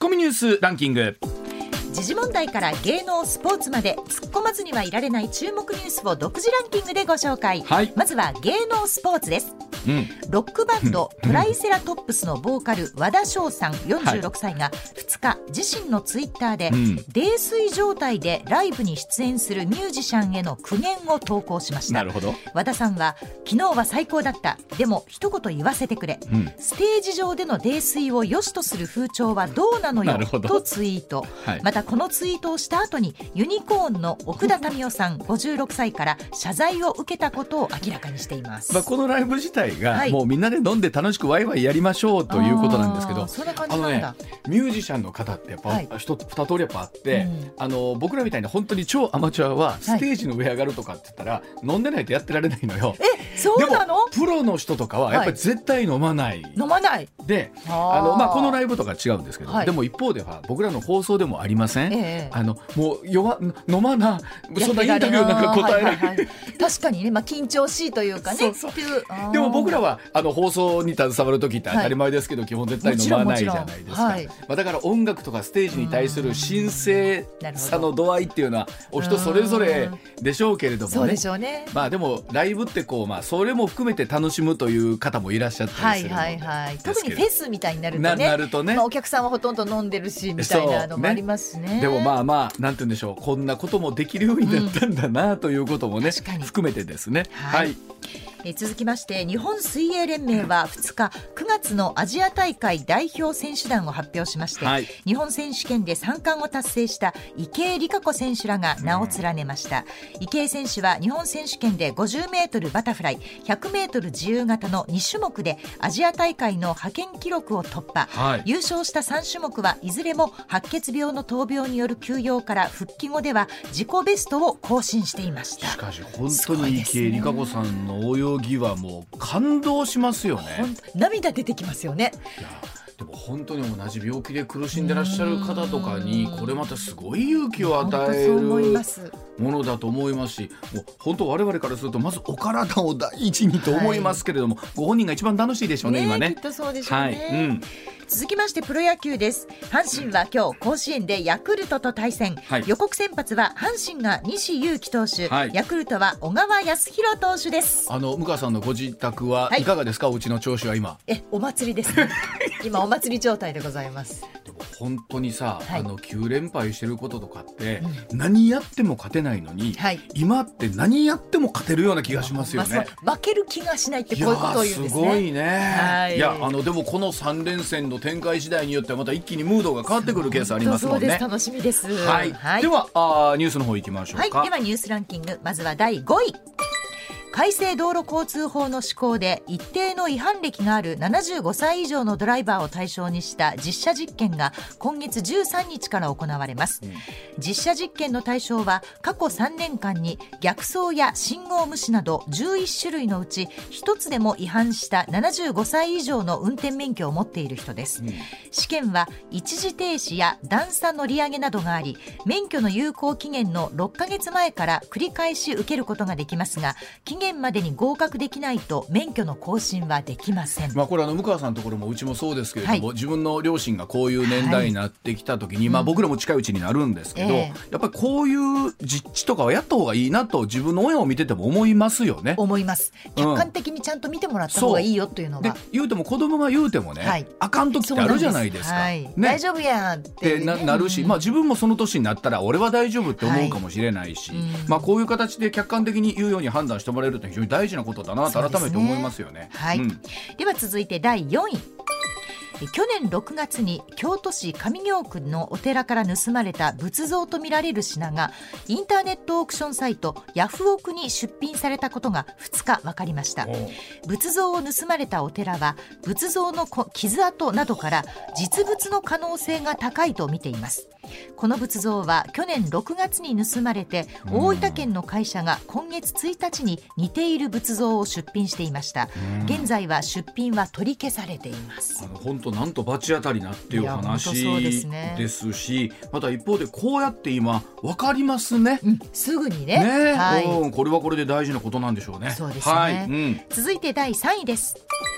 コミニュースランキング。 時事問題から芸能スポーツまで突っ込まずにはいられない注目ニュースを独自ランキングでご紹介、まずは芸能スポーツです。ロックバンドトライセラトップスのボーカル和田翔さん46歳が2日自身のツイッターで泥酔状態でライブに出演するミュージシャンへの苦言を投稿しました。 なるほど。 和田さんは昨日は最高だった、でも一言言わせてくれ、ステージ上での泥酔を良しとする風潮はどうなのよとツイート、またこのツイートをした後にユニコーンの奥田民生さん56歳から謝罪を受けたことを明らかにしています。 このライブ自体がもうみんなで飲んで楽しくワイワイやりましょうということなんですけど、 そんな感じなんだ。 ミュージシャンの方ってやっぱ2通りやっぱあって、僕らみたいな本当に超アマチュアはステージの上上がるとかって言ったら、飲んでないとやってられないのよ。 そうなの？ でもプロの人とかはやっぱり絶対飲まない、でこのライブとか違うんですけど、でも一方では僕らの放送でもありません、もう飲まな、そんなインタビューなんか答えない、 確かにね、緊張しいというかね。 でも僕らは放送に携わる時って当たり前ですけど、基本絶対飲まないじゃないですか、だから音楽とかステージに対する神聖さの度合いっていうのはお人それぞれでしょうけれどもね。 そうでしょうね。 でもライブってそれも含めて楽しむという方もいらっしゃったりするので、 特にフェスみたいになるとね、お客さんはほとんど飲んでるしみたいなのもありますね。 でもなんて言うんでしょう、こんなこともできるようになったんだなということもね、含めてですね。 続きまして日本水泳連盟は2日9月のアジア大会代表選手団を発表しまして、日本選手権で3冠を達成した池江璃花子選手らが名を連ねました。池江選手は日本選手権で50メートルバタフライ、100メートル自由形の2種目でアジア大会の派遣記録を突破、優勝した3種目はいずれも白血病の闘病による休養から復帰後では自己ベストを更新していました。 しかし本当に池江璃花子さんの泳ぎはもう感動しますよね。 涙出てきますよね。 でも本当に同じ病気で苦しんでらっしゃる方とかにこれまたすごい勇気を与えるものだと思いますし、もう本当我々からするとまずお体を第一にと思いますけれども、ご本人が一番楽しいでしょうね、今ね。 きっとそうでしょうね。続きましてプロ野球です。阪神は今日甲子園でヤクルトと対戦、予告先発は阪神が西勇輝投手、ヤクルトは小川泰弘投手です。 向川さんのご自宅はいかがですか、お家の調子は今。 お祭りですね今お祭り状態でございます。 でも本当にさ、9連敗してることとかって、何やっても勝てないのに、今って何やっても勝てるような気がしますよね。 負ける気がしないってこういうことを言うんですね。 すごいね。でもこの3連戦の展開次第によってはまた一気にムードが変わってくるケースありますもんね。 そうです、楽しみです。 ではニュースの方行きましょうか。 ではニュースランキング、まずは第5位。改正道路交通法の施行で一定の違反歴がある75歳以上のドライバーを対象にした実車実験が今月13日から行われます。実車実験の対象は過去3年間に逆走や信号無視など11種類のうち1つでも違反した75歳以上の運転免許を持っている人です。試験は一時停止や段差乗り上げなどがあり、免許の有効期限の6ヶ月前から繰り返し受けることができますが、期限までに合格できないと免許の更新はできません。 これ向川さんのところもうちもそうですけれども、自分の両親がこういう年代になってきた時に、僕らも近いうちになるんですけど、やっぱりこういう実地とかはやった方がいいなと自分の親を見てても思いますよね。 思います。客観的にちゃんと見てもらった方がいいよというのが。 で言うても子供が言うてもね、あかん時ってあるじゃないですか。 大丈夫やって、 なるし、自分もその年になったら俺は大丈夫って思うかもしれないし、こういう形で客観的に言うように判断してもらえると非常に大事なことだなと改めて思いますよね。 では続いて第4位。去年6月に京都市上京区のお寺から盗まれた仏像とみられる品がインターネットオークションサイトヤフオクに出品されたことが2日分かりました。仏像を盗まれたお寺は仏像の傷跡などから実物の可能性が高いと見ています。この仏像は去年6月に盗まれて、大分県の会社が今月1日に似ている仏像を出品していました。現在は出品は取り消されています。 本当なんと罰当たりなっていう話ですし、また一方でこうやって今分かりますね、 すぐにね、 これはこれで大事なことなんでしょうね。 そうですね、続いて第3位です。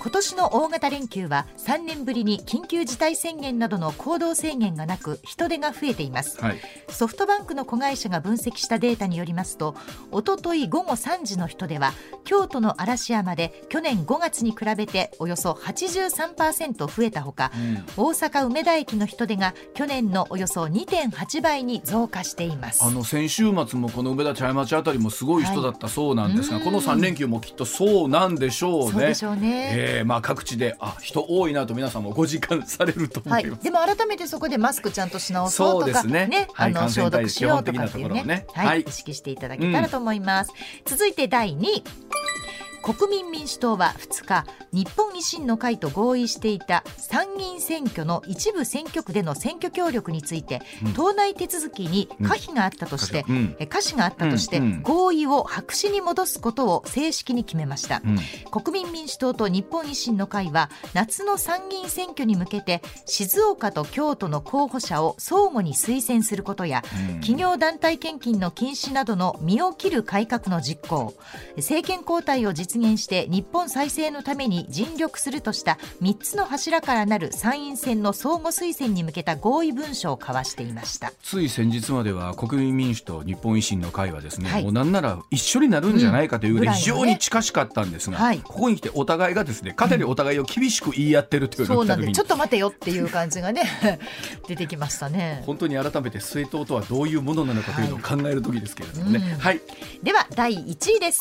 今年の大型連休は3年ぶりに緊急事態宣言などの行動制限がなく人出が増えています、ソフトバンクの子会社が分析したデータによりますと、おととい午後3時の人出は京都の嵐山で去年5月に比べておよそ 83% 増えたほか、大阪梅田駅の人出が去年のおよそ 2.8 倍に増加しています。 先週末もこの梅田茶屋町あたりもすごい人だったそうなんですが、この3連休もきっとそうなんでしょうね。 そうでしょうね。 各地で人多いなと皆さんもご実感されると思います、 でも改めてそこでマスクちゃんとし直そうとか、消毒しようとかっていうね、意識していただけたらと思います、続いて第2位、国民民主党は2日、日本維新の会と合意していた参議院選挙の一部選挙区での選挙協力について、党内手続きに可否があったとして、合意を白紙に戻すことを正式に決めました、国民民主党と日本維新の会は夏の参議院選挙に向けて静岡と京都の候補者を相互に推薦することや、企業団体献金の禁止などの身を切る改革の実行、政権交代を実現して日本再生のために尽力するとした3つの柱からなる参院選の相互推薦に向けた合意文書を交わしていました。 つい先日までは国民民主と日本維新の会はですね、もうなんなら一緒になるんじゃないかというぐらい非常に近しかったんですが、ここに来てお互いがですね、かなりお互いを厳しく言い合ってるというそうなんで、ちょっと待てよっていう感じがね出てきましたね。 本当に改めて政党とはどういうものなのかというのを考える時ですけれどもね、 では第1位です。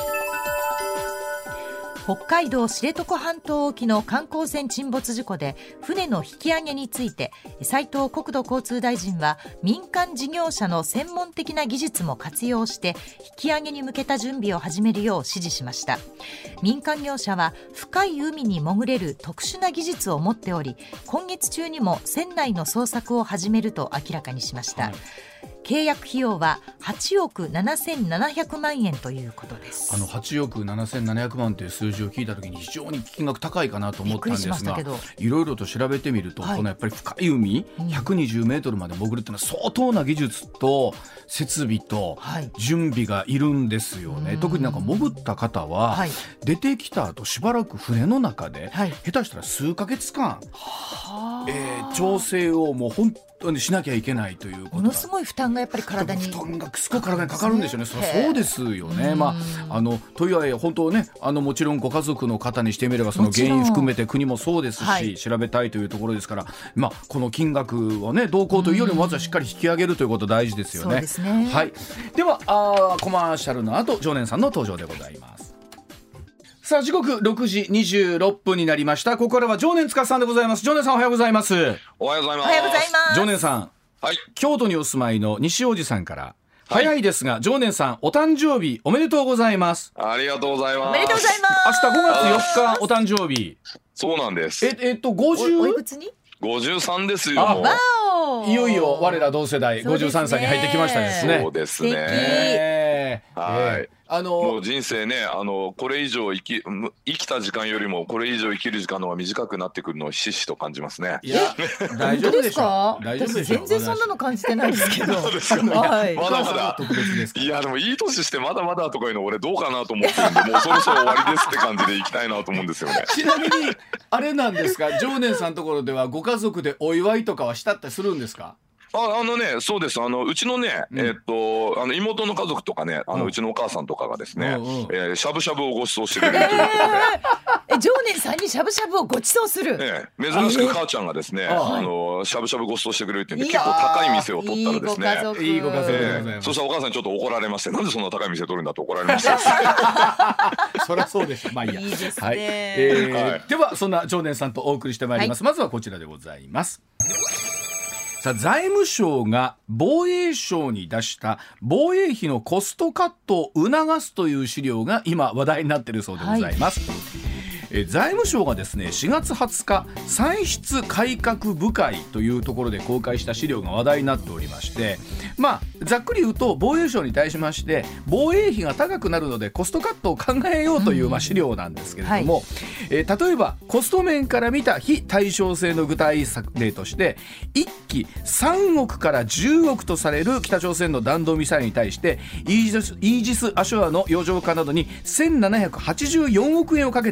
北海道知床半島沖の観光船沈没事故で船の引き揚げについて、斉藤国土交通大臣は民間事業者の専門的な技術も活用して引き揚げに向けた準備を始めるよう指示しました。民間業者は深い海に潜れる特殊な技術を持っており、今月中にも船内の捜索を始めると明らかにしました、契約費用は8億7700万円ということです。 8億7700万という数字を聞いたときに非常に金額高いかなと思ったんですが、いろいろと調べてみると、このやっぱり深い海120メートルまで潜るっていうのは相当な技術と設備と準備がいるんですよね、特になんか潜った方は、出てきた後しばらく船の中で、下手したら数ヶ月間、調整をもう本当にしなきゃいけないということ、 ものすごい負担がやっぱり体にすごい体にかかるんでしょうね。そうですよね。とはいえ本当ね、もちろんご家族の方にしてみればその原因含めて国もそうですし、調べたいというところですから、この金額をねどうこうというよりもまずはしっかり引き上げるということ大事ですよね。 そうですね。 ではコマーシャルの後、常念さんの登場でございます。さあ時刻6時26分になりました。ここからは常念司さんでございます。常念さんおはようございます。 おはようございます。 おはようございます。 常念さん、京都にお住まいの西おじさんから、早いですが常念さんお誕生日おめでとうございます。 ありがとうございます。 おめでとうございます。 明日5月4日お誕生日。 そうなんです。 おいくつに ？53ですよ。もういよいよ我ら同世代53歳に入ってきましたですね。 そうですね。もう人生ね、これ以上生きた時間よりもこれ以上生きる時間の方が短くなってくるのをひしひしと感じますね。 いや大丈夫でしょ。 私全然そんなの感じてないですけど。 そうですか。まだまだ特別ですか。いやでもいい年してまだまだとかいうの俺どうかなと思ってるんで、もうそろそろ終わりですって感じでいきたいなと思うんですよね。 ちなみにあれなんですか、常念さんのところではご家族でお祝いとかはしたってするんですか？ そうです。うちのね、妹の家族とかね、うちのお母さんとかがですね、しゃぶしゃぶをご馳走してくれるということで。 常念さんにしゃぶしゃぶをご馳走する。 珍しく母ちゃんがですね、しゃぶしゃぶご馳走してくれるっていうんで、結構高い店を取ったらですね、 いいご家族でございます。 そしたらお母さんにちょっと怒られまして、なんでそんな高い店取るんだと怒られました。 そりゃそうです。まあいいや。 いいですね。 ではそんな常念さんとお送りしてまいります。まずはこちらでございます。さあ財務省が防衛省に出した防衛費のコストカットを促すという資料が今話題になっているそうでございます。財務省がですね4月20日歳出改革部会というところで公開した資料が話題になっておりまして、ざっくり言うと防衛省に対しまして防衛費が高くなるのでコストカットを考えようという資料なんですけれども、例えばコスト面から見た非対称性の具体例として1機3億から10億とされる北朝鮮の弾道ミサイルに対してイージス・アショアの洋上化などに1784億円をかけていること、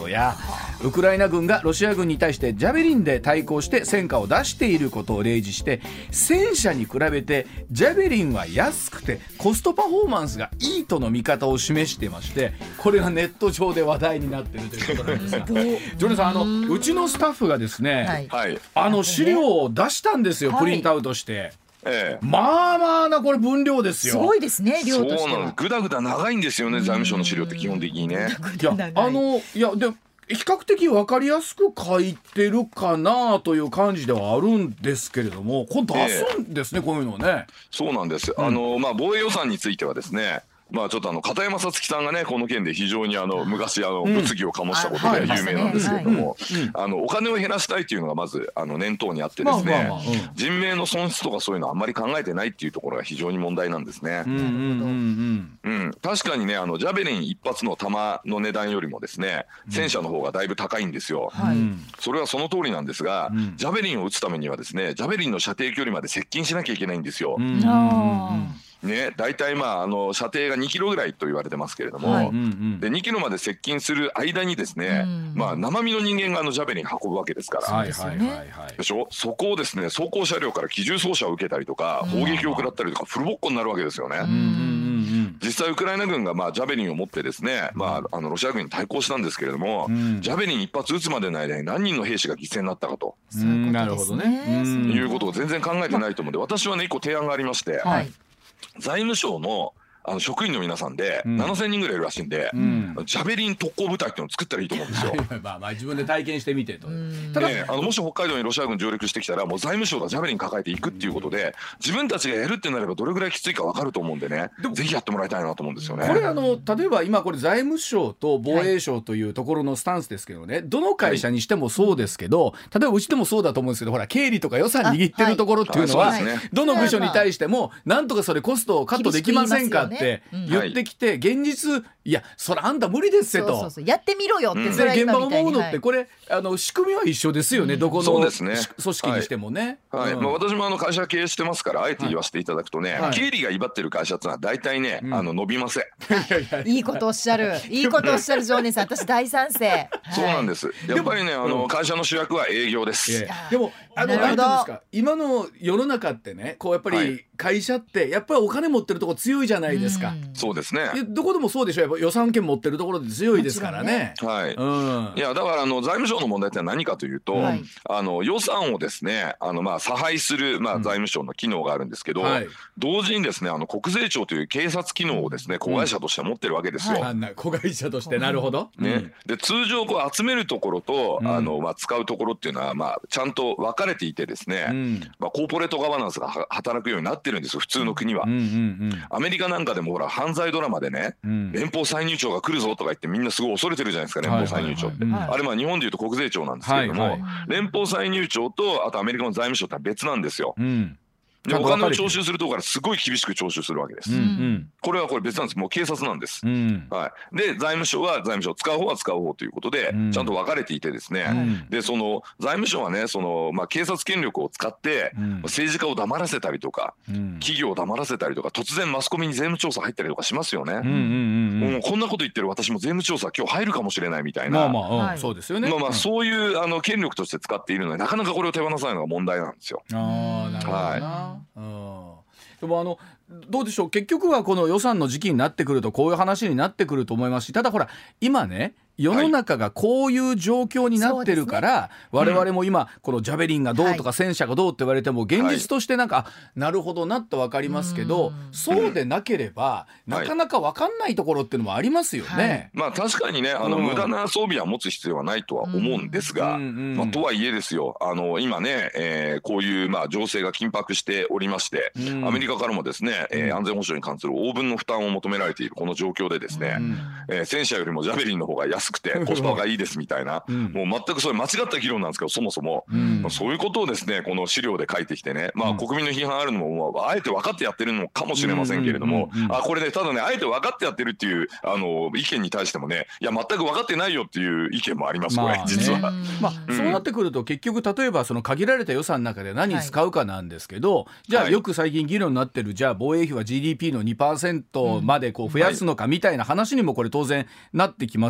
ことや、ウクライナ軍がロシア軍に対してジャベリンで対抗して戦果を出していることを例示して、戦車に比べてジャベリンは安くてコストパフォーマンスがいいとの見方を示してまして、これがネット上で話題になっているということなんですがジョネさん、うちのスタッフがですね、はい、資料を出したんですよ、プリントアウトして。まあまあなこれ分量ですよ。 すごいですね、量としては。 そうなの、ぐだぐだ長いんですよね、財務省の資料って基本的にね。 いやで比較的分かりやすく書いてるかなという感じではあるんですけれども、これ出すんですね、こういうのね。 そうなんです。防衛予算についてはですね、ちょっと片山さつきさんがね、この件で非常に昔物議を醸したことで有名なんですけれども、お金を減らしたいっていうのがまず念頭にあってですね、人命の損失とかそういうのはあんまり考えてないっていうところが非常に問題なんですね。確かにね、ジャベリン一発の弾の値段よりもですね、戦車の方がだいぶ高いんですよ。それはその通りなんですが、ジャベリンを撃つためにはですね、ジャベリンの射程距離まで接近しなきゃいけないんですよ。ね、大体射程が2キロぐらいと言われてますけれども、で2キロまで接近する間にですね、生身の人間がジャベリン運ぶわけですから、でしょ。そこをですね、装甲車両から機銃掃射を受けたりとか砲撃を食らったりとかフルボッコになるわけですよね。実際ウクライナ軍がジャベリンを持ってですね、ロシア軍に対抗したんですけれども、ジャベリン一発撃つまでの間に何人の兵士が犠牲になったかと、 なるほどね、 いうことを全然考えてないと思うんで、私はね、一個提案がありまして、財務省の職員の皆さんで7000人ぐらいいるらしいんで、ジャベリン特攻部隊っていうのを作ったらいいと思うんですよ。 自分で体験してみてと。 ただもし北海道にロシア軍上陸してきたら、もう財務省がジャベリン抱えていくっていうことで、自分たちがやるってなればどれぐらいきついか分かると思うんでね、ぜひやってもらいたいなと思うんですよね。 これ例えば今これ財務省と防衛省というところのスタンスですけどね、どの会社にしてもそうですけど、例えばうちでもそうだと思うんですけど、ほら経理とか予算握ってるところっていうのは、どの部署に対してもなんとかそれコストをカットできませんかって言ってきて、現実いやそれあんた無理ですよと、 やってみろよって、 現場を思うのってこれ仕組みは一緒ですよね、どこの組織にしてもね。 私も会社経営してますから、あえて言わせていただくとね、経理が威張ってる会社ってのは大体ね、伸びません。 いいことおっしゃる、いいことおっしゃる常念さん、私大賛成。 そうなんです。やっぱりね、会社の主役は営業です。 でもなんていうんですか、今の世の中ってね、こうやっぱり会社ってやっぱりお金持ってるとこ強いじゃないですか。 そうですね。 どこでもそうでしょ。やっぱ予算権持ってるところで強いですからね。 いやだから財務省の問題って何かというと、予算をですね差配する財務省の機能があるんですけど、同時にですね国税庁という警察機能をですね子会社として持ってるわけですよ。 子会社として、なるほど。 で通常集めるところと使うところっていうのはちゃんと分かれていてですね、コーポレートガバナンスが働くようになってるんですよ、普通の国は。アメリカなんかでもほら犯罪ドラマでね、連邦歳入庁が来るぞとか言ってみんなすごい恐れてるじゃないですか、連邦歳入庁って。あれ日本でいうと国税庁なんですけれども、連邦歳入庁とあとアメリカの財務省って別なんですよ。でお金を徴収するところからすごい厳しく徴収するわけです。これは別なんです。もう警察なんです。で財務省は財務省、使う方は使う方ということでちゃんと分かれていてですね、で財務省はね警察権力を使って政治家を黙らせたりとか企業を黙らせたりとか、突然マスコミに税務調査入ったりとかしますよね。もうこんなこと言ってる私も税務調査今日入るかもしれないみたいな、 そうですよね。 そういう権力として使っているので、なかなかこれを手放さないのが問題なんですよ。 なるほどな。でもどうでしょう、結局はこの予算の時期になってくるとこういう話になってくると思いますし、ただほら今ね世の中がこういう状況になってるから、我々も今このジャベリンがどうとか戦車がどうって言われても現実としてなるほどなと分かりますけど、そうでなければなかなか分かんないところっていうのもありますよね。 確かにね無駄な装備は持つ必要はないとは思うんですが、とはいえですよ今ねこういう情勢が緊迫しておりまして、アメリカからもですね安全保障に関する応分の負担を求められているこの状況でですね、戦車よりもジャベリンの方が安くてコスパがいいですみたいな、もう全くそれ間違った議論なんですけど、そもそもそういうことをですねこの資料で書いてきてね、国民の批判あるのもあえて分かってやってるのかもしれませんけれども、これねただねあえて分かってやってるっていう意見に対してもね、いや全く分かってないよっていう意見もあります、これ実は。 そうなってくると結局例えばその限られた予算の中で何に使うかなんですけど、じゃあよく最近議論になってるじゃあ防衛費は GDP の 2% までこう増やすのかみたいな話にもこれ当然なってきますよね。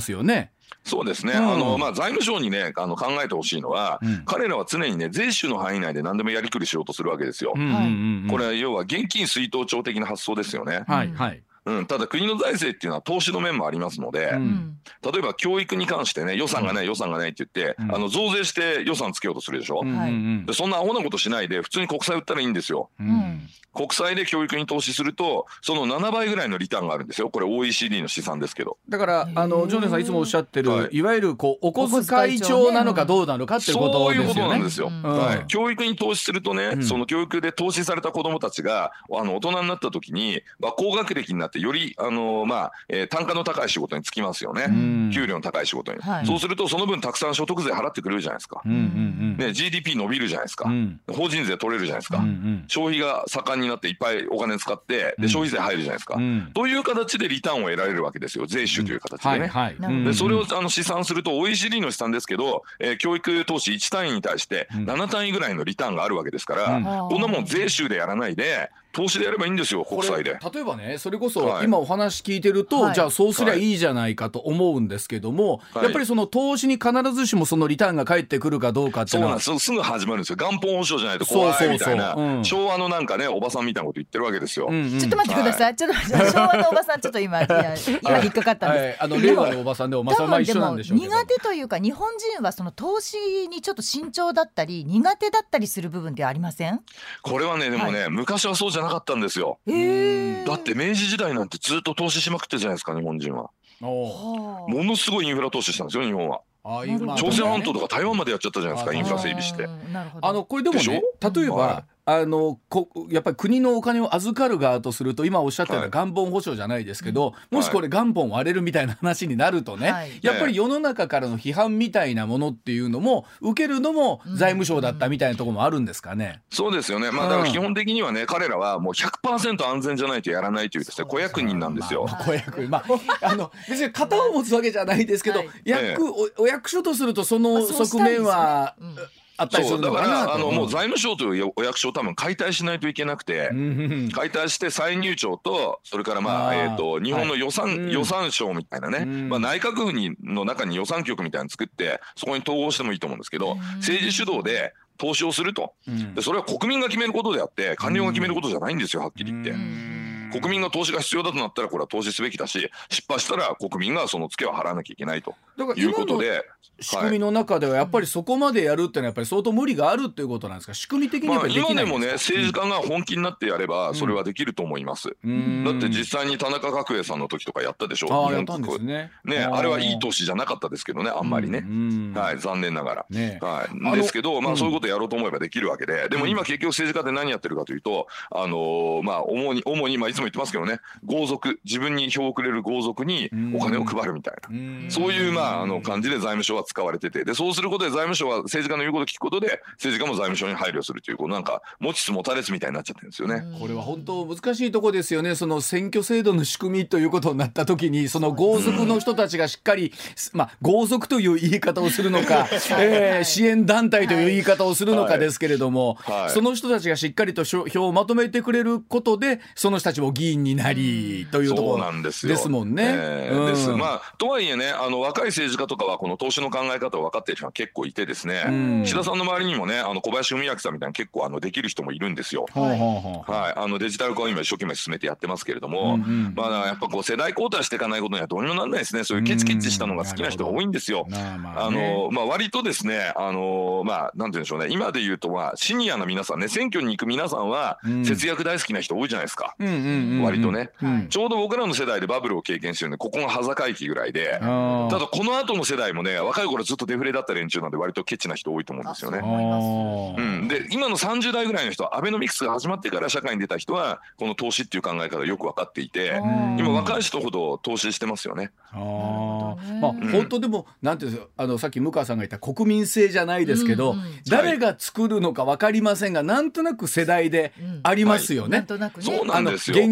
ね。 そうですね、財務省にね考えてほしいのは、彼らは常にね税収の範囲内で何でもやりくりしようとするわけですよ。これは要は現金出納帳的な発想ですよね。ただ国の財政っていうのは投資の面もありますので、例えば教育に関してね予算がない予算がないって言って増税して予算つけようとするでしょ。でそんなアホなことしないで普通に国債売ったらいいんですよ。国債で教育に投資するとその7倍ぐらいのリターンがあるんですよ。これ OECD の試算ですけど。 だからジョネさんいつもおっしゃってる、いわゆるこうお小遣い帳なのかどうなのかっていうことですよね。そういうことなんですよ。教育に投資するとね、その教育で投資された子どもたちが大人になった時に、高学歴になってより単価の高い仕事に就きますよね。給料の高い仕事に、そうするとその分たくさん所得税払ってくれるじゃないですか。GDP 伸びるじゃないですか。法人税取れるじゃないですか。消費が盛んになっていっぱいお金使ってで消費税入るじゃないですか。という形でリターンを得られるわけですよ。税収という形でね。でそれを試算すると OECD の試算ですけど、教育投資1単位に対して7単位ぐらいのリターンがあるわけですから、こんなもん税収でやらないで投資でやればいいんですよ。国債で例えばね、それこそ今お話聞いてると、じゃあそうすりゃいいじゃないかと思うんですけども、やっぱりその投資に必ずしもそのリターンが返ってくるかどうかっていうのはすぐ始まるんですよ。元本保証じゃないと怖いみたいな、昭和のなんかねおばさんみたいなこと言ってるわけですよ。 ちょっと待ってください、ちょっと待って、昭和のおばさんちょっと今引っかかったんです。 令和のおばさんでおばさんは一緒なんでしょうけど、 苦手というか日本人はその投資にちょっと慎重だったり苦手だったりする部分ってありません？ これはねでもね、昔はそうじゃなかったんですよ。だって明治時代なんてずっと投資しまくってるじゃないですか。日本人はものすごいインフラ投資したんですよ日本は。朝鮮半島とか台湾までやっちゃったじゃないですか、インフラ整備して。 これでもね、例えばやっぱり国のお金を預かる側とすると今おっしゃったような元本保証じゃないですけど、もしこれ元本割れるみたいな話になるとね、やっぱり世の中からの批判みたいなものっていうのも受けるのも財務省だったみたいなところもあるんですかね。 そうですよね。だから基本的にはね、彼らはもう 100% 安全じゃないとやらないというですね、子役人なんですよ。 子役人、別に型を持つわけじゃないですけど、お役所とするとその側面はあったりするのかな。 だからもう財務省というお役所を多分解体しないといけなくて、解体して歳入庁とそれから日本の予算省みたいなね、内閣府の中に予算局みたいなの作ってそこに統合してもいいと思うんですけど、政治主導で投資をすると、でそれは国民が決めることであって官僚が決めることじゃないんですよ、はっきり言って。国民が投資が必要だとなったらこれは投資すべきだし、失敗したら国民がそのツケを払わなきゃいけないということで、 仕組みの中ではやっぱりそこまでやるっていうのはやっぱり相当無理があるということなんですか。仕組み的にやっぱりできないんですか。 今でもね政治家が本気になってやればそれはできると思います。だって実際に田中角栄さんの時とかやったでしょ。 やったんですね。 あれはいい投資じゃなかったですけどね、あんまりね、残念ながら、ですけどそういうことやろうと思えばできるわけで、でも今結局政治家って何やってるかというと、主にいつも言ってますけどね、豪族、自分に票をくれる豪族にお金を配るみたいな、そういう感じで財務省は使われてて、でそうすることで財務省は政治家の言うことを聞くことで政治家も財務省に配慮するという、こうなんか持ちつ持たれつみたいになっちゃってるんですよね。 これは本当難しいところですよね。その選挙制度の仕組みということになった時に、その豪族の人たちがしっかり、豪族という言い方をするのか、支援団体という言い方をするのかですけれども、その人たちがしっかりと票をまとめてくれることでその人たちも議員になりというところですもんね。 とはいえね、若い政治家とかはこの投資の考え方を分かっている人が結構いてですね、岸田さんの周りにもね小林文明さんみたいな結構できる人もいるんですよ。デジタル化を今一生懸命進めてやってますけれども、やっぱこう世代交代していかないことにはどうにもなんないですね。そういうケチケチしたのが好きな人が多いんですよ。割とですねなんて言うんでしょうね、今で言うとシニアの皆さんね、選挙に行く皆さんは節約大好きな人多いじゃないですか。割とね、ちょうど僕らの世代でバブルを経験してるんで、ここが端境期ぐらいで、ただこの後の世代もね、若い頃ずっとデフレだった連中なんで割とケチな人多いと思うんですよね。で今の30代ぐらいの人はアベノミクスが始まってから社会に出た人はこの投資っていう考え方よく分かっていて、今若い人ほど投資してますよね。 本当でもなんていうんですか、さっき向川さんが言った国民性じゃないですけど、誰が作るのか分かりませんが、なんとなく世代でありますよね。 そうなんですよ。 現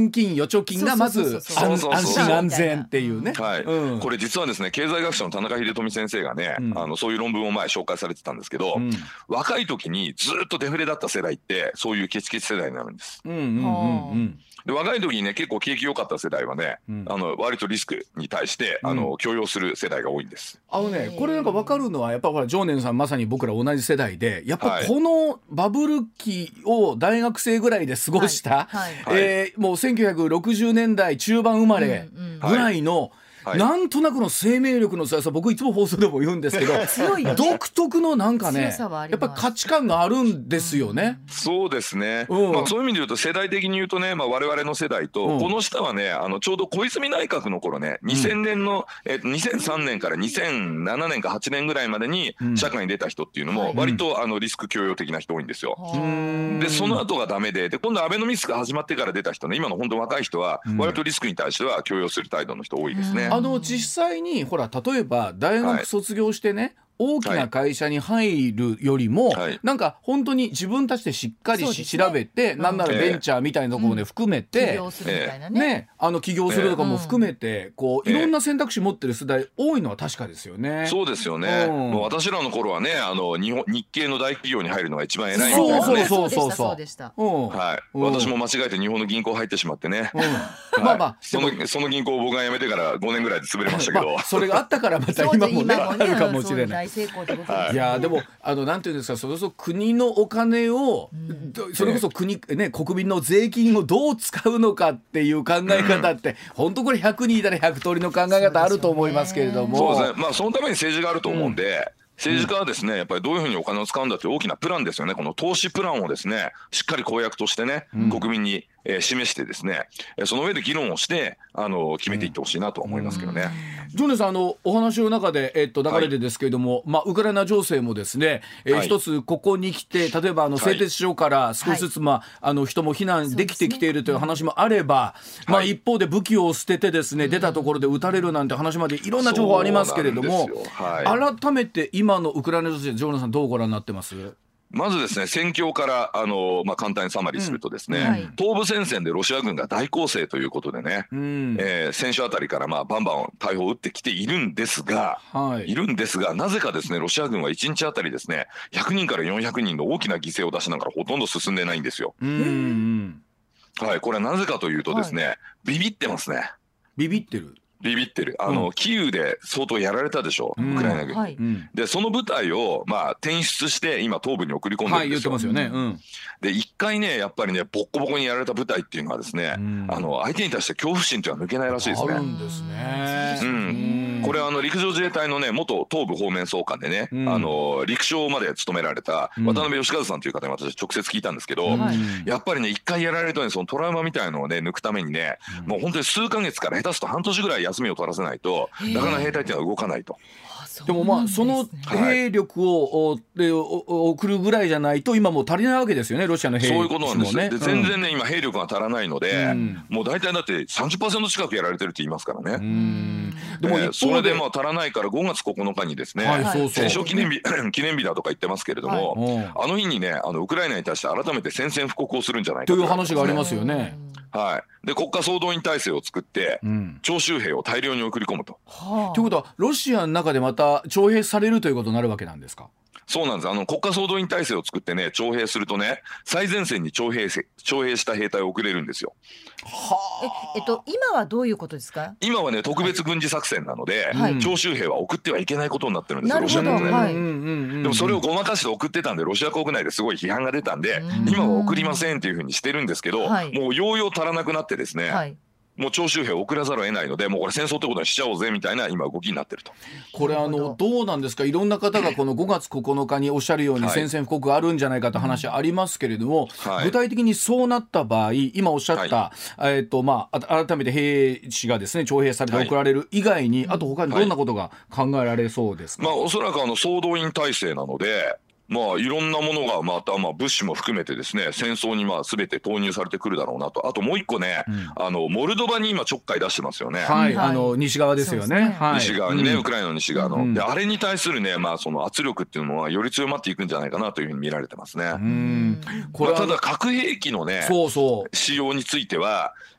現金預貯金がまず安心安全っていうね、 はい、これ実はですね経済学者の田中秀富先生がね、そういう論文を前紹介されてたんですけど、若い時にずっとデフレだった世代ってそういうケチケチ世代になるんです。で若い時にね結構景気良かった世代はね、割とリスクに対して許容する世代が多いんです。 これなんか分かるのはやっぱほら常念さんまさに僕ら同じ世代でやっぱこのバブル期を大学生ぐらいで過ごした、もう1960年代中盤生まれぐらいのなんとなくの生命力の強さ、僕いつも放送でも言うんですけど独特のなんかねやっぱり価値観があるんですよね。 そうですね、そういう意味で言うと世代的に言うとね、我々の世代とこの下はねちょうど小泉内閣の頃ね2000年の、2003年から2007年か8年ぐらいまでに社会に出た人っていうのも割とリスク許容的な人多いんですよ。でその後がダメで今度アベノミクスが始まってから出た人ね、今の本当若い人は割とリスクに対しては許容する態度の人多いですね。 実際にほら例えば大学卒業してね、大きな会社に入るよりも、なんか本当に自分たちでしっかり調べて、なんならベンチャーみたいなところで含めて、 起業するみたいなね、 起業するとかも含めてこういろんな選択肢持ってる世代多いのは確かですよね。 そうですよね。もう私らの頃はね日系の大企業に入るのが一番偉いみたいなね。 そうでした。 私も間違えて日本の銀行入ってしまってね、その銀行を僕が辞めてから5年ぐらいで潰れましたけど、 それがあったからまた今もねあるかもしれない。いやでもなんていうんですか、それこそ国のお金を、それこそ国民の税金をどう使うのかっていう考え方って、本当これ100人いたら100通りの考え方あると思いますけれども、 そうですね、そのために政治があると思うんで、政治家はですねやっぱりどういうふうにお金を使うんだという大きなプランですよね。この投資プランをですねしっかり公約としてね、国民に示してですねその上で議論をして決めていってほしいなと思いますけどね。 ジョネさんお話の中で、流れでですけれども、ウクライナ情勢もですね、一つここに来て例えば製鉄所から少しずつ、人も避難できてきているという話もあれば、一方で武器を捨ててですね出たところで撃たれるなんて話までいろんな情報ありますけれども、改めて今のウクライナ情勢、ジョネさんどうご覧になってます？ まずですね戦況から簡単にサマリーするとですね、東部戦線でロシア軍が大攻勢ということでね、先週あたりからバンバン大砲を撃ってきているんですが、なぜかですねロシア軍は1日あたりですね100人から400人の大きな犠牲を出しながらほとんど進んでないんですよ。これはなぜかというとですね、ビビってますね。 ビビってるキーウで相当やられたでしょ、ウクライナ軍、でその部隊を転出して今東部に送り込んでるんですよ。 言ってますよね。 で一回ねやっぱりねボッコボコにやられた部隊っていうのはですね、相手に対して恐怖心というのは抜けないらしいですね。 あるんですね。 これ陸上自衛隊のね元東部方面総監でね、陸将まで務められた渡辺義和さんという方に私直接聞いたんですけど、やっぱりね一回やられるとねそのトラウマみたいのをね抜くためにね、もう本当に数ヶ月から下手すると半年ぐらい休みを取らせないとなかなか兵隊っていうのは動かないと。 でもその兵力を送るぐらいじゃないと今もう足りないわけですよね、ロシアの兵力もね。 そういうことなんです。で全然ね今兵力が足らないので、もう大体だって 30% 近くやられてるって言いますからね。でもそれで足らないから5月9日にですね、戦勝記念日だとか言ってますけれども、あの日にねウクライナに対して改めて宣戦布告をするんじゃないかという話がありますよね。 で国家総動員体制を作って、徴集兵を大量に送り込むと。 ということはロシアの中でまた徴兵されるということになるわけなんですか？ そうなんです。国家総動員体制を作ってね徴兵するとね最前線に徴兵した兵隊を送れるんですよ。 今はどういうことですか？ 今はね特別軍事作戦なので、徴集兵は送ってはいけないことになってるんですよ、ロシア国内で。でもそれをごまかして送ってたんでロシア国内ですごい批判が出たんで、今は送りませんっていうふうにしてるんですけど、もうようよう足らなくなってですね、もう徴集兵を送らざるを得ないので、もうこれ戦争ってことにしちゃおうぜみたいな今動きになってると。 これどうなんですか、いろんな方がこの5月9日におっしゃるように宣戦布告があるんじゃないかと話ありますけれども、具体的にそうなった場合今おっしゃった、改めて兵士がですね徴兵されて送られる以外に、あと他にどんなことが考えられそうですか？ おそらく総動員体制なのでいろんなものがまた物資も含めてですね戦争に全て投入されてくるだろうなと。あともう一個ね、モルドバに今ちょっかい出してますよね。 西側ですよね。 西側にね、ウクライナの西側の、であれに対するねその圧力っていうのはより強まっていくんじゃないかなというふうに見られてますね。ただ核兵器のね使用については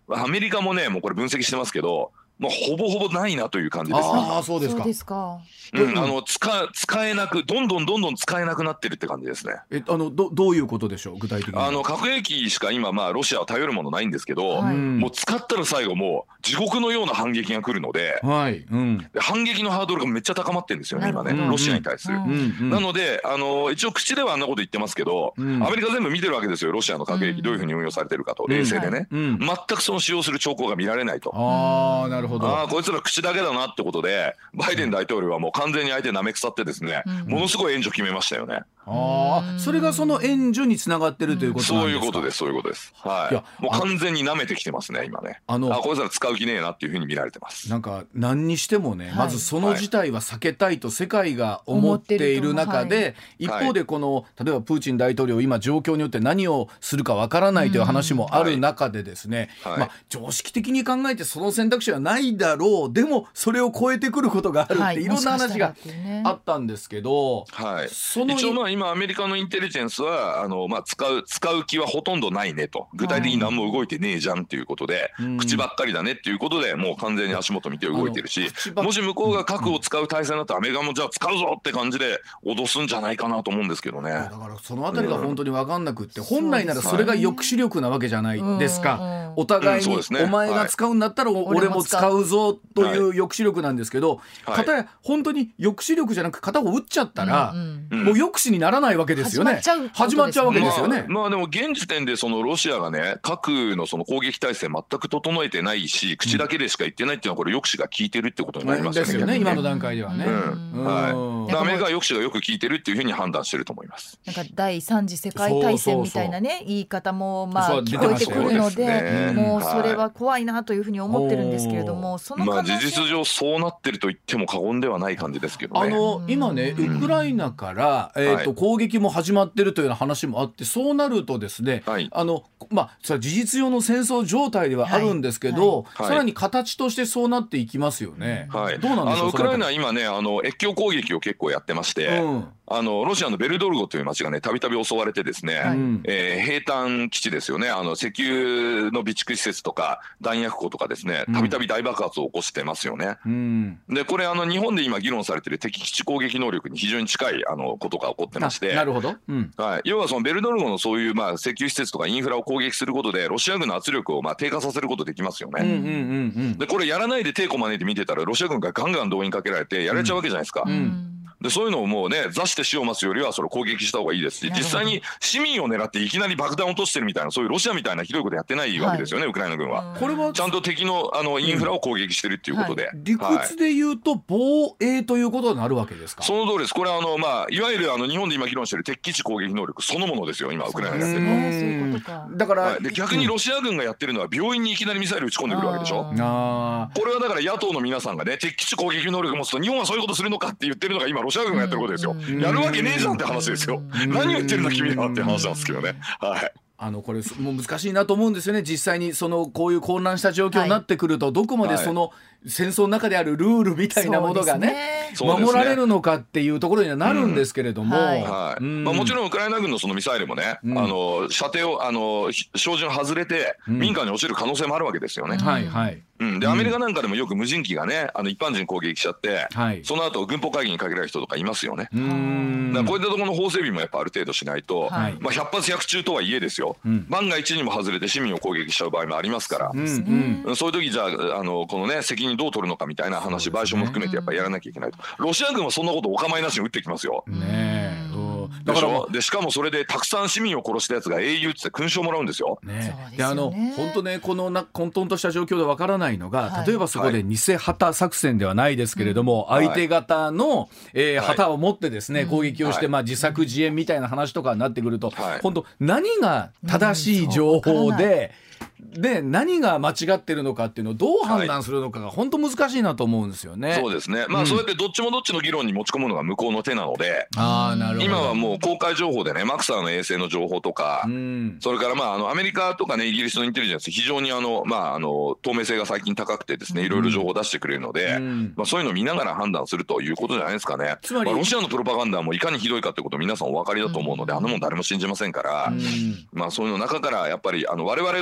アメリカもねもうこれ分析してますけど、もうほぼほぼないなという感じですね。 ああ、そうですか。 そうですか。 使えなくどんどん使えなくなってるって感じですね。 どういうことでしょう、具体的に。 核兵器しか今ロシアは頼るものないんですけど、 はい、 もう使ったら最後もう地獄のような反撃が来るので、 はい、 で反撃のハードルがめっちゃ高まってるんですよね今ね、ロシアに対する。なので一応口ではあんなこと言ってますけど、アメリカ全部見てるわけですよ、ロシアの核兵器どういうふうに運用されてるかと、冷静でね、全くその使用する兆候が見られないと。 ああ、なるほど。 こいつら口だけだなってことで、バイデン大統領はもう完全に相手舐め腐ってですね、ものすごい援助決めましたよね。 それがその援助につながってるということなんですか。 そういうことです、そういうことです。はい、もう完全に舐めてきてますね今ね。こいつら使う気ねえなっていうふうに見られてます。 なんか何にしてもね、まずその事態は避けたいと世界が思っている中で、一方でこの例えばプーチン大統領今状況によって何をするかわからないという話もある中でですね、常識的に考えてその選択肢はないだろう、でもそれを超えてくることがあるっていろんな話があったんですけど、 一応今アメリカのインテリジェンスは使う気はほとんどないねと、具体的に何も動いてねえじゃんっていうことで、口ばっかりだねっていうことでもう完全に足元見て動いてるし、もし向こうが核を使う体制になったらアメリカもじゃあ使うぞって感じで脅すんじゃないかなと思うんですけどね。 だからそのあたりが本当に分かんなくって、本来ならそれが抑止力なわけじゃないですか。お互いにお前が使うんだったら俺も使うぞという抑止力なんですけど、片や本当に抑止力じゃなく片方撃っちゃったらもう抑止にならないわけですよね。始まっちゃうわけですよね。 でも現時点でそのロシアがね核のその攻撃体制全く整えてないし、口だけでしか言ってないっていうのはこれ抑止が効いてるってことになりますよね。 ですよね、今の段階ではね。 アメリカは抑止がよく効いてるっていうふうに判断してると思います。 なんか第3次世界大戦みたいなね言い方も聞こえてくるので、もうそれは怖いなというふうに思ってるんですけれども、その可能性事実上そうなってると言っても過言ではない感じですけどね。 今ねウクライナから攻撃も始まってるというような話もあって、そうなるとですね、それは事実上の戦争状態ではあるんですけど、さらに形としてそうなっていきますよね。どうなんでしょう。 ウクライナは今ね越境攻撃を結構やってまして、ロシアのベルドルゴという町がねたびたび襲われてですね、兵站基地ですよね、石油の備蓄施設とか弾薬庫とかですね、たびたび大爆発を起こしてますよね。でこれ日本で今議論されている敵基地攻撃能力に非常に近いことが起こってまして、 なるほど、 要はそのベルドルゴのそういう石油施設とかインフラを攻撃することでロシア軍の圧力を低下させることできますよね。でこれやらないで抵抗招いて見てたらロシア軍がガンガン動員かけられてやれちゃうわけじゃないですか。でそういうのをもうね座して死を待つよりはそれを攻撃した方がいいですし、実際に市民を狙っていきなり爆弾を落としてるみたいな、そういうロシアみたいなひどいことやってないわけですよね、ウクライナ軍は。これはちゃんと敵のインフラを攻撃してるっていうことで、 理屈で言うと防衛ということになるわけですか。 その通りです。これはいわゆる日本で今議論してる敵基地攻撃能力そのものですよ今ウクライナがやってるの。 そういうことか。 だから逆にロシア軍がやってるのは病院にいきなりミサイル撃ち込んでくるわけでしょ。これはだから野党の皆さんがね敵基地攻撃能力を持つと日本はそういうことするのかって言ってるのが今ロシア軍がやってることですよ。やるわけねえじゃんって話ですよ。何を言ってるんだ君はって話なんですけどね。 これもう難しいなと思うんですよね。実際にこういう混乱した状況になってくると、どこまでその戦争の中であるルールみたいなものがね守られるのかっていうところにはなるんですけれども、 もちろんウクライナ軍のそのミサイルもね射程を照準外れて民間に落ちる可能性もあるわけですよね。でアメリカなんかでもよく無人機がね一般人攻撃しちゃって、その後軍法会議にかけられる人とかいますよね。だからこういったところの法整備もやっぱある程度しないと、100発100中とはいえですよ、万が一にも外れて市民を攻撃しちゃう場合もありますから、そういう時じゃあこのね責任どう取るのかみたいな話、賠償も含めてやっぱりやらなきゃいけないと。ロシア軍はそんなことお構いなしに撃ってきますよ。だからでしかもそれでたくさん市民を殺したやつが英雄って勲章もらうんですよ。 で本当ねこの混沌とした状況でわからないのが、例えばそこで偽旗作戦ではないですけれども、相手方の旗を持ってですね攻撃をして自作自演みたいな話とかになってくると、本当何が正しい情報で何が間違ってるのかっていうのをどう判断するのかが本当難しいなと思うんですよね。 そうですね。そうやってどっちもどっちの議論に持ち込むのが向こうの手なので、今はもう公開情報でねマクサーの衛星の情報とか、それからアメリカとかねイギリスのインテリジェンス非常に透明性が最近高くてですねいろいろ情報を出してくれるので、そういうのを見ながら判断するということじゃないですかね。つまりロシアのプロパガンダもいかにひどいかってことを皆さんお分かりだと思うので、もん誰も信じませんから、そういうの中からやっぱり我々がですね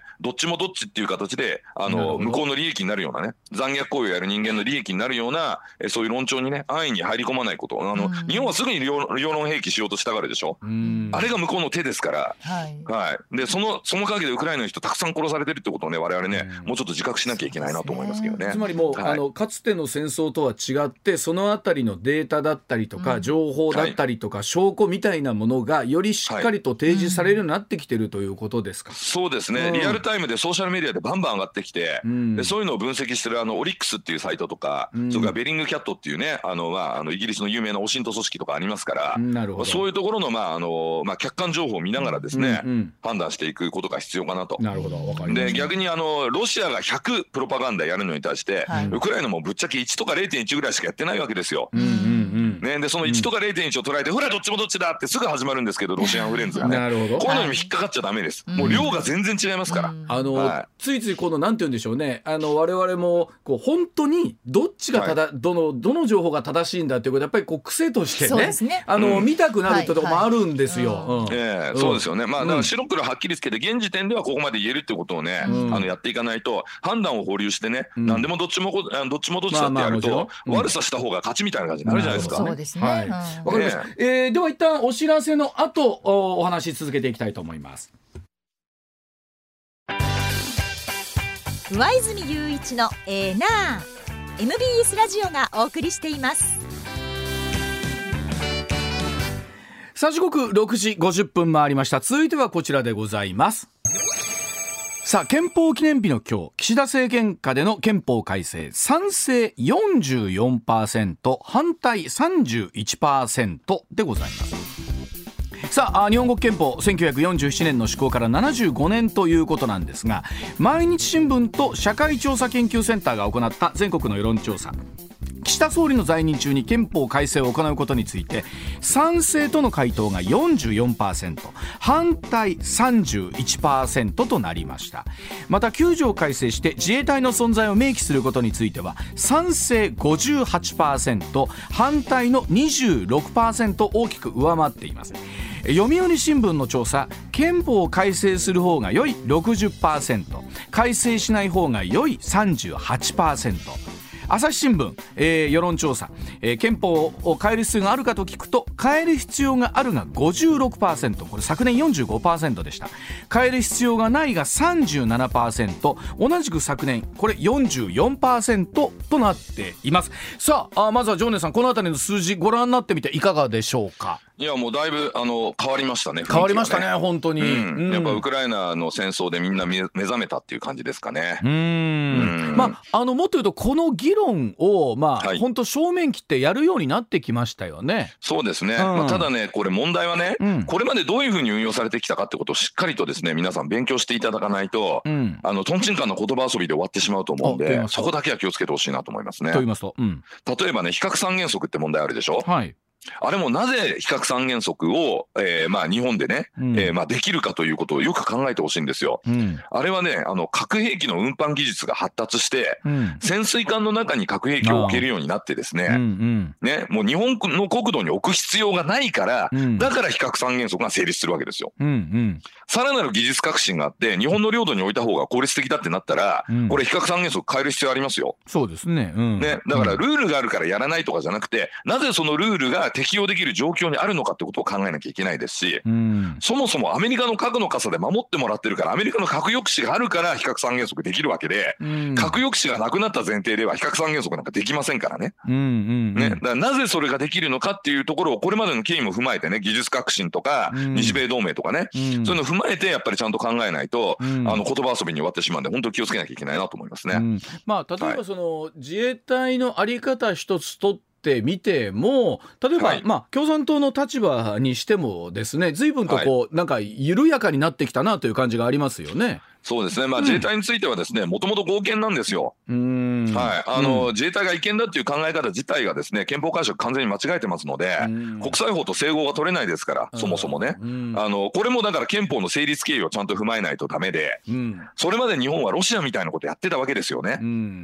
どっちもどっちっていう形で向こうの利益になるようなね、残虐行為をやる人間の利益になるようなそういう論調にね安易に入り込まないこと。日本はすぐに両論兵器しようとしたがるでしょ。あれが向こうの手ですから、でその陰でウクライナの人たくさん殺されてるってことをね我々ねもうちょっと自覚しなきゃいけないなと思いますけどね。 つまりもう、かつての戦争とは違ってそのあたりのデータだったりとか、情報だったりとか、証拠みたいなものがよりしっかりと提示されるようになってきてるということですか。 そうですね、リアルタイムでソーシャルメディアでバンバン上がってきて、でそういうのを分析してるオリックスっていうサイトとか、それからベリングキャットっていうねイギリスの有名なオシント組織とかありますから、そういうところの客観情報を見ながらですね、判断していくことが必要かなと。 なるほど、わかりました。 で逆にロシアが100プロパガンダやるのに対して、ウクライナもぶっちゃけ1とか 0.1 ぐらいしかやってないわけですよ。でその1とか 0.1 を捉えてほらどっちもどっちだってすぐ始まるんですけど、ロシアンフレンズがねこういうのにも引っかかっちゃダメです。もう量が全然違いますから、 ついついこのなんて言うんでしょうね、我々もこう本当にどっちがどの情報が正しいんだっていうことやっぱりこう癖としてね見たくなるってところもあるんですよ。 そうですよね。だから白黒はっきりつけて現時点ではここまで言えるってことをねやっていかないと、判断を保留してね何でもどっちもどっちだってやると悪さした方が勝ちみたいな感じになるじゃないですか。 そうですね。 わかりました。では一旦お知らせの後お話し続けていきたいと思います。 上泉雄一のな MBS ラジオがお送りしています。 さあ時刻6時50分回りました。続いてはこちらでございます。さあ憲法記念日の今日、岸田政権下での憲法改正、賛成 44%、 反対 31% でございます。さあ日本国憲法1947年の施行から75年ということなんですが、毎日新聞と社会調査研究センターが行った全国の世論調査、岸田総理の在任中に憲法改正を行うことについて賛成との回答が 44%、 反対 31% となりました。また9条改正して自衛隊の存在を明記することについては賛成 58%、 反対の 26% 大きく上回っています。読売新聞の調査、憲法を改正する方が良い 60%、 改正しない方が良い 38%。朝日新聞、世論調査、憲法を変える必要があるかと聞くと変える必要があるが 56%、 これ昨年 45% でした。変える必要がないが 37%、 同じく昨年これ 44% となっています。さあまずは常念さん、このあたりの数字ご覧になってみていかがでしょうか。 いやもうだいぶ変わりましたね。 変わりましたね本当に、 やっぱウクライナの戦争でみんな目覚めたっていう感じですかね。 もっと言うとこの議論を本当正面切ってやるようになってきましたよね。 そうですね、ただねこれ問題はね、これまでどういうふうに運用されてきたかってことをしっかりとですね皆さん勉強していただかないと、とんちんかんの言葉遊びで終わってしまうと思うんで、そこだけは気をつけてほしいなと思いますね。 と言いますと、 例えばね比較三原則って問題あるでしょ。あれもなぜ比較三原則を、日本でね、できるかということをよく考えてほしいんですよ。あれはね核兵器の運搬技術が発達して、潜水艦の中に核兵器を置けるようになってですね、もう日本の国土に置く必要がないから、だから比較三原則が成立するわけですよ。さらなる技術革新があって日本の領土に置いた方が効率的だってなったら、これ比較三原則変える必要ありますよ。 そうですね。 だからルールがあるからやらないとかじゃなくて、なぜそのルールが適用できる状況にあるのかってことを考えなきゃいけないですし、そもそもアメリカの核の傘で守ってもらってるから、アメリカの核抑止があるから比較三原則できるわけで、核抑止がなくなった前提では比較三原則なんかできませんからね。だからなぜそれができるのかっていうところをこれまでの経緯も踏まえてね、技術革新とか日米同盟とかね、そういうのを踏まえてやっぱりちゃんと考えないと、言葉遊びに終わってしまうんで本当に気をつけなきゃいけないなと思いますね。 例えばその自衛隊の在り方一つとってみても、例えば、共産党の立場にしてもですね、随分となんか緩やかになってきたなという感じがありますよね。 そうですね、自衛隊についてはですねもともと合憲なんですよ。自衛隊が違憲だっていう考え方自体がですね憲法解釈完全に間違えてますので、国際法と整合が取れないですから、そもそもね、これもだから憲法の成立経緯をちゃんと踏まえないとダメで、それまで日本はロシアみたいなことやってたわけですよね。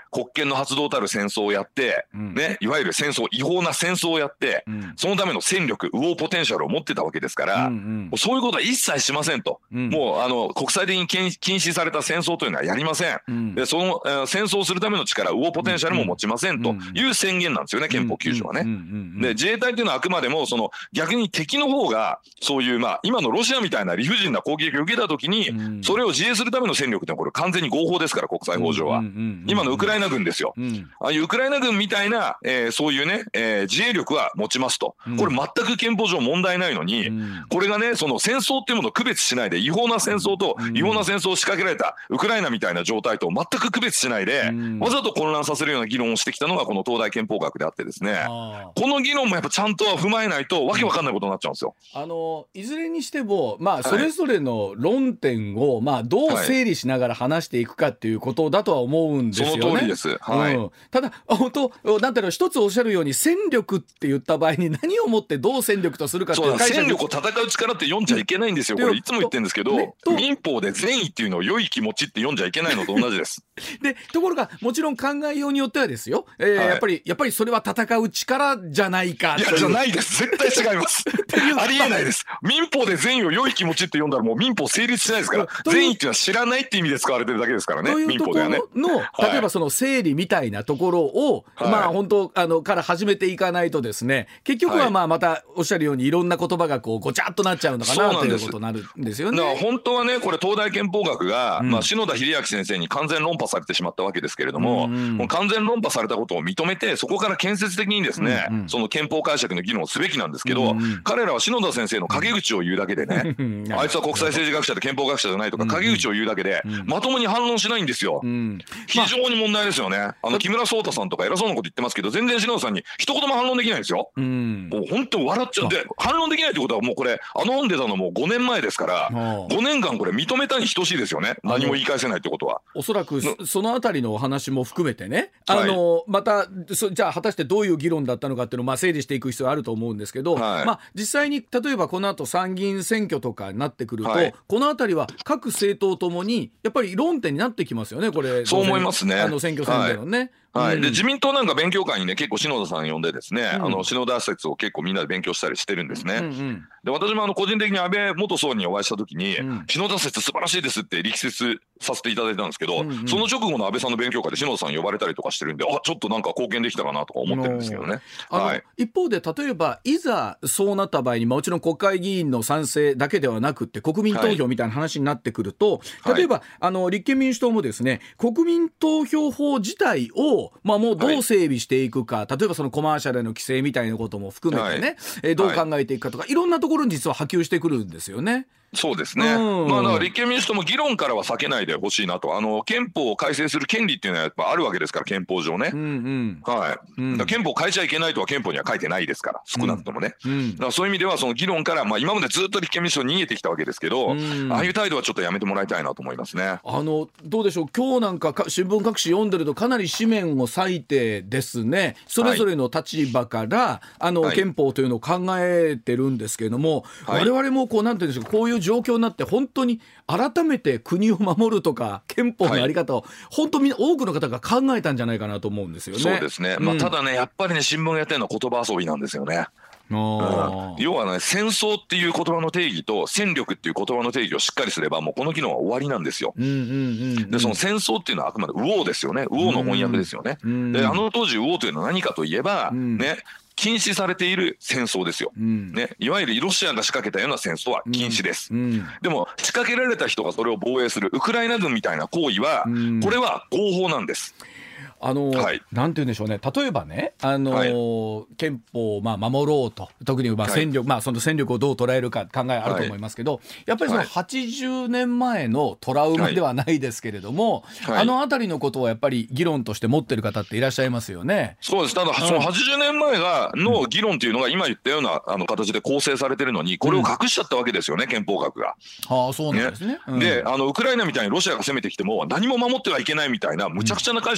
国権の発動たる戦争をやって、ね、いわゆる違法な戦争をやって、そのための戦力、右往ポテンシャルを持ってたわけですから、そういうことは一切しませんと。もう国際的に禁止された戦争というのはやりません。で、その戦争するための力、右往ポテンシャルも持ちませんという宣言なんですよね、憲法9条はね。で、自衛隊というのはあくまでも逆に敵の方がそういう今のロシアみたいな理不尽な攻撃を受けたときに、それを自衛するための戦力ってのはこれ完全に合法ですから、国際法上は。今のウクライナ軍ですよ。ああいうウクライナ軍みたいな、そういうね、自衛力は持ちますと。これ全く憲法上問題ないのに、これがね、戦争っていうものを区別しないで、違法な戦争と違法な戦争を仕掛けられたウクライナみたいな状態と全く区別しないで、わざと混乱させるような議論をしてきたのがこの東大憲法学であってですね、この議論もやっぱちゃんとは踏まえないとわけわかんないことになっちゃうんですよ。 いずれにしても、それぞれの論点を、どう整理しながら話していくかっていうことだとは思うんですよね。 その通りです。はい。 ただ本当なんだろう、一つおっしゃるように戦力って言った場合に何をもってどう戦力とするかっていう戦力を戦う力って読んじゃいけないんですよ。これいつも言ってるんですけど、民法で善意っていうのを良い気持ちって読んじゃいけないのと同じです。 でところがもちろん考えようによってはですよ、やっぱりそれは戦う力じゃないか。 いやじゃないです。絶対違います。ありえないです。民法で善意を良い気持ちって読んだらもう民法成立しないですから。善意っていうのは知らないって意味で使われてるだけですからね。 というところの、例えば整理みたいなところを、本当から始めていかないとですね、結局はまたおっしゃるようにいろんな言葉がごちゃっとなっちゃうのかなということになるんですよね。 だから本当はね、これ東大憲法学が、篠田秀明先生に完全論破されてしまったわけですけれども、もう完全論破されたことを認めて、そこから建設的にですね、その憲法解釈の議論をすべきなんですけど、彼らは篠田先生の陰口を言うだけでね、あいつは国際政治学者で憲法学者じゃないとか陰口を言うだけで、まともに反論しないんですよ。非常に問題ですよね。木村壮太さんとか偉そうなこと言ってますけど、全然篠田さんに一言も反論できないんですよ。もう本当笑っちゃって、反論できないってことはもうこれ本出たのも5年前ですから、5年間これ認めたに等しいですよね。何も言い返せないってことは。 おそらくそのあたりのお話も含めてね、またじゃあ果たしてどういう議論だったのかっていうのを整理していく必要があると思うんですけど、実際に例えばこの後参議院選挙とかになってくると、このあたりは各政党ともにやっぱり論点になってきますよね。これそう思いますね。 選挙戦でのね。 で自民党なんか勉強会にね結構篠田さん呼んでですね、篠田説を結構みんなで勉強したりしてるんですね。で私も個人的に安倍元総理にお会いした時に、篠田説素晴らしいですって力説させていただいたんですけど、その直後の安倍さんの勉強会で篠田さん呼ばれたりとかしてるんで、ちょっとなんか貢献できたかなとか思ってるんですけどね。 一方で例えばいざそうなった場合にもちろん国会議員の賛成だけではなくって国民投票みたいな話になってくると、例えば立憲民主党もですね、国民投票法自体をもうどう整備していくか、例えばそのコマーシャルの規制みたいなことも含めてね、どう考えていくかとか、いろんなところに実は波及してくるんですよね。 そうですね。だから立憲民主党も議論からは避けないでほしいなと。憲法を改正する権利っていうのはやっぱあるわけですから、憲法上ね。憲法を変えちゃいけないとは憲法には書いてないですから、少なくともね。だからそういう意味ではその議論から、今までずっと立憲民主党逃げてきたわけですけど、ああいう態度はちょっとやめてもらいたいなと思いますね。 どうでしょう、今日なんか新聞各紙読んでるとかなり紙面を割いてですね、それぞれの立場から憲法というのを考えてるんですけれども、我々もなんていうんでしょう、こういう状況になって本当に改めて国を守るとか憲法の在り方を本当に多くの方が考えたんじゃないかなと思うんですよね。 そうですね。ただね、やっぱりね、新聞がやってるのは言葉遊びなんですよね。要はね、戦争っていう言葉の定義と戦力っていう言葉の定義をしっかりすればもうこの議論は終わりなんですよ。でその戦争っていうのはあくまで右往ですよね。右往の翻訳ですよね。で当時右往というのは何かといえばね、禁止されている戦争ですよ、ね、いわゆるロシアが仕掛けたような戦争は禁止です、でも仕掛けられた人がそれを防衛するウクライナ軍みたいな行為は、これは合法なんです。 なんて言うんでしょうね、例えばね、憲法を守ろうと、特に戦力、その戦力をどう捉えるか考えあると思いますけど、やっぱりその80年前のトラウマではないですけれども、あのあたりのことをやっぱり議論として持ってる方っていらっしゃいますよね。 そうです。ただその80年前の議論というのが今言ったような形で構成されてるのに、これを隠しちゃったわけですよね、憲法学が。 そうなんですね。 でウクライナみたいにロシアが攻めてきても何も守ってはいけないみたいな無茶苦茶な解釈をしてるわけ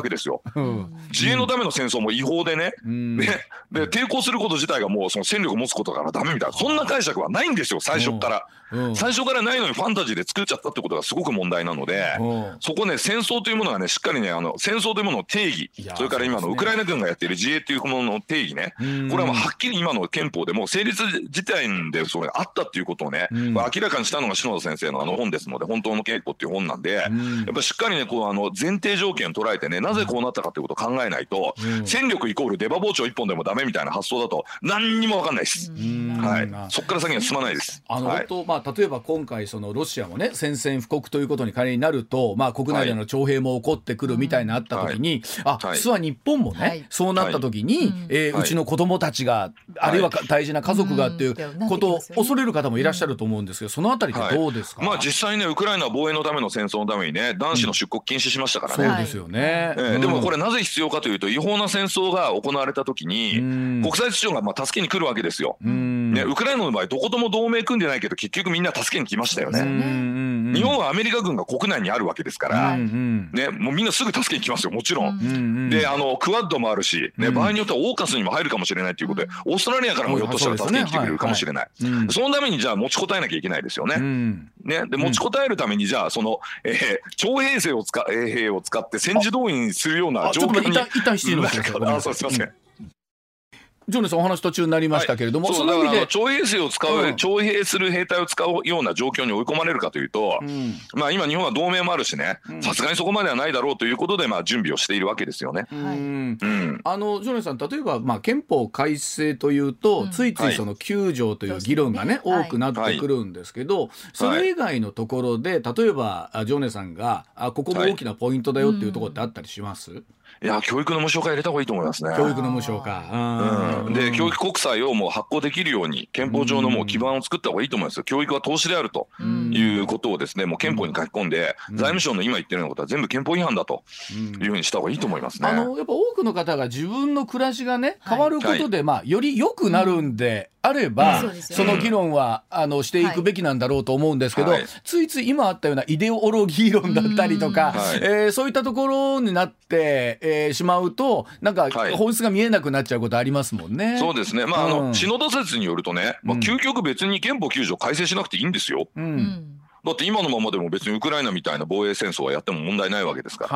わけですよ。自衛のための戦争も違法でね、で抵抗すること自体がもうその戦力を持つことからダメみたいな、そんな解釈はないんですよ最初から。最初からないのにファンタジーで作っちゃったってことがすごく問題なので、そこね、戦争というものがねしっかりね戦争というものの定義、それから今のウクライナ軍がやっている自衛というものの定義ね、これはもうはっきり今の憲法でも成立時点でそれあったっていうことをね、明らかにしたのが篠田先生の本ですので、本当の憲法っていう本なんで、やっぱしっかりねこう前提条件を捉えてね、なぜこうなったかということを考えないと、戦力イコール出刃包丁一本でもダメみたいな発想だと何にも分かんないです。そこから先には進まないです。 例えば今回そのロシアもね宣戦布告ということに仮になると、国内での徴兵も起こってくるみたいなあった時に、実は日本もね、そうなった時に、うちの子供たちが、あるいは大事な家族がっていうことを恐れる方もいらっしゃると思うんですけど、そのあたりってどうですか？ 実際ね、ウクライナは防衛のための戦争のためにね、男子の出国禁止しましたからね。 そうですよね。 でもこれなぜ必要かというと、違法な戦争が行われた時に国際秩序が助けに来るわけですよ。ウクライナの場合どことも同盟組んでないけど結局みんな助けに来ましたよね。日本はアメリカ軍が国内にあるわけですから、もうみんなすぐ助けに来ますよ、もちろん。でクワッドもあるし、場合によってはオーカスにも入るかもしれないということで、オーストラリアからもひょっとしたら助けに来てくれるかもしれない。そのためにじゃあ持ちこたえなきゃいけないですよね。で持ちこたえるためにじゃあその徴兵兵を使って戦時動員するような状況に。すいません。 ジョンさんお話途中になりましたけれども、 そうだから徴兵兵を使う、徴兵する兵隊を使うような状況に追い込まれるかというと、今日本は同盟もあるしね、さすがにそこまではないだろうということで準備をしているわけですよね。 ジョンさん、例えば憲法改正というと、ついついその9条という議論がね、多くなってくるんですけど、それ以外のところで例えばジョネさんがここも大きなポイントだよっていうところってあったりします？ いや、教育の無償化入れた方がいいと思いますね。 教育の無償化、 で教育国債をもう発行できるように憲法上のもう基盤を作った方がいいと思いますよ。教育は投資であるということをですね、もう憲法に書き込んで、財務省の今言ってるようなことは全部憲法違反だというふうにした方がいいと思いますね。 やっぱ多くの方が自分の暮らしがね変わることで、より良くなるんであれば、その議論はしていくべきなんだろうと思うんですけど、ついつい今あったようなイデオロギー論だったりとか、そういったところになってしまうとなんか本質が見えなくなっちゃうことありますもんね。 そうですね。篠田説によるとね、究極別に憲法9条改正しなくていいんですよ。だって今のままでも別にウクライナみたいな防衛戦争はやっても問題ないわけですから。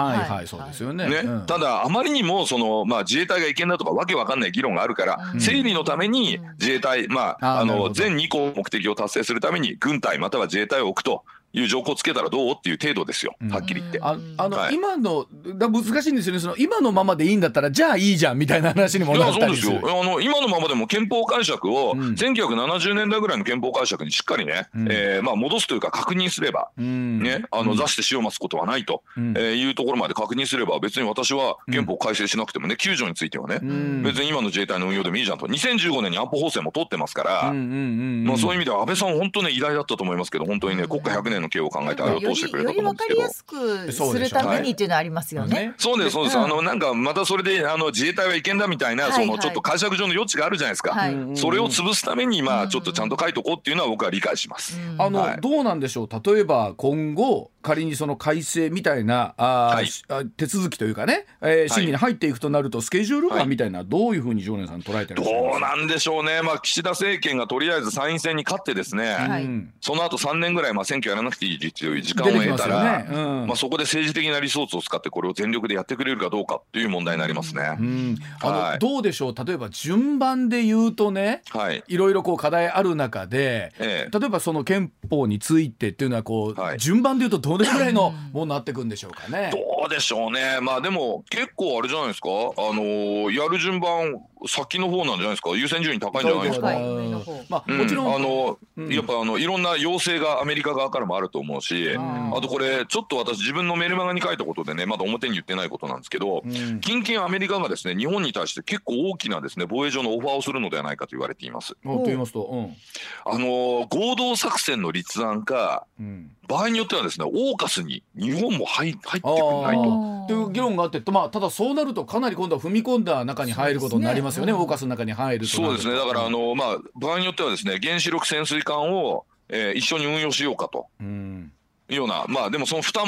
そうですよね。 ただあまりにもその自衛隊が違憲だとかわけわかんない議論があるから、整理のために自衛隊全2項目的を達成するために軍隊または自衛隊を置くという条項をつけたらどうっていう程度ですよ、はっきり言って。 今の難しいんですよね。その今のままでいいんだったらじゃあいいじゃんみたいな話にもなったりする。 そうですよ。今のままでも憲法解釈を1970年代ぐらいの憲法解釈にしっかりね、戻すというか確認すればね、座して死を待つことはないというところまで確認すれば、別に私は憲法改正しなくてもね、9条についてはね、別に今の自衛隊の運用でもいいじゃんと。2015年に安保法制も通ってますから、そういう意味では安倍さん本当ね偉大だったと思いますけど、本当にね国家100年の経を考えてあれを通してくれたと思うんですけど、 より分かりやすくするためにっていうのはありますよね。 そうですそうです。なんかまたそれで自衛隊は違憲だみたいなそのちょっと解釈上の余地があるじゃないですか。それを潰すためにちょっとちゃんと書いとこうっていうのは僕は理解します。 どうなんでしょう。例えば今後仮にその改正みたいな手続きというかね、審議に入っていくとなるとスケジュール感みたいなどういうふうに常連さん捉えてらっしゃいますか？ どうなんでしょうね。岸田政権がとりあえず参院選に勝ってですね、その後3年ぐらい選挙やらなくていいっていう時間を得たら、そこで政治的なリソースを使ってこれを全力でやってくれるかどうかっていう問題になりますね。 どうでしょう。例えば順番で言うとね、いろいろ課題ある中で、例えばその憲法についてっていうのは順番で言うとどれぐらいのものになっていくんでしょうかね。 どうでしょうね。でも結構あれじゃないですか、やる順番先の方なんじゃないですか。優先順位高いんじゃないですか。 もちろんやっぱいろんな要請がアメリカ側からもあると思うし、あとこれちょっと私自分のメルマガに書いたことでね、まだ表に言ってないことなんですけど、近々アメリカがですね日本に対して結構大きなですね防衛上のオファーをするのではないかと言われています。 と言いますと、 合同作戦の立案か、場合によってはですねオーカスに日本も入ってくれないという議論があって、ただそうなるとかなり今度は踏み込んだ中に入ることになりますよね。オーカスの中に入ると。 そうですね。だから場合によってはですね原子力潜水艦を一緒に運用しようかというような、でもその負担も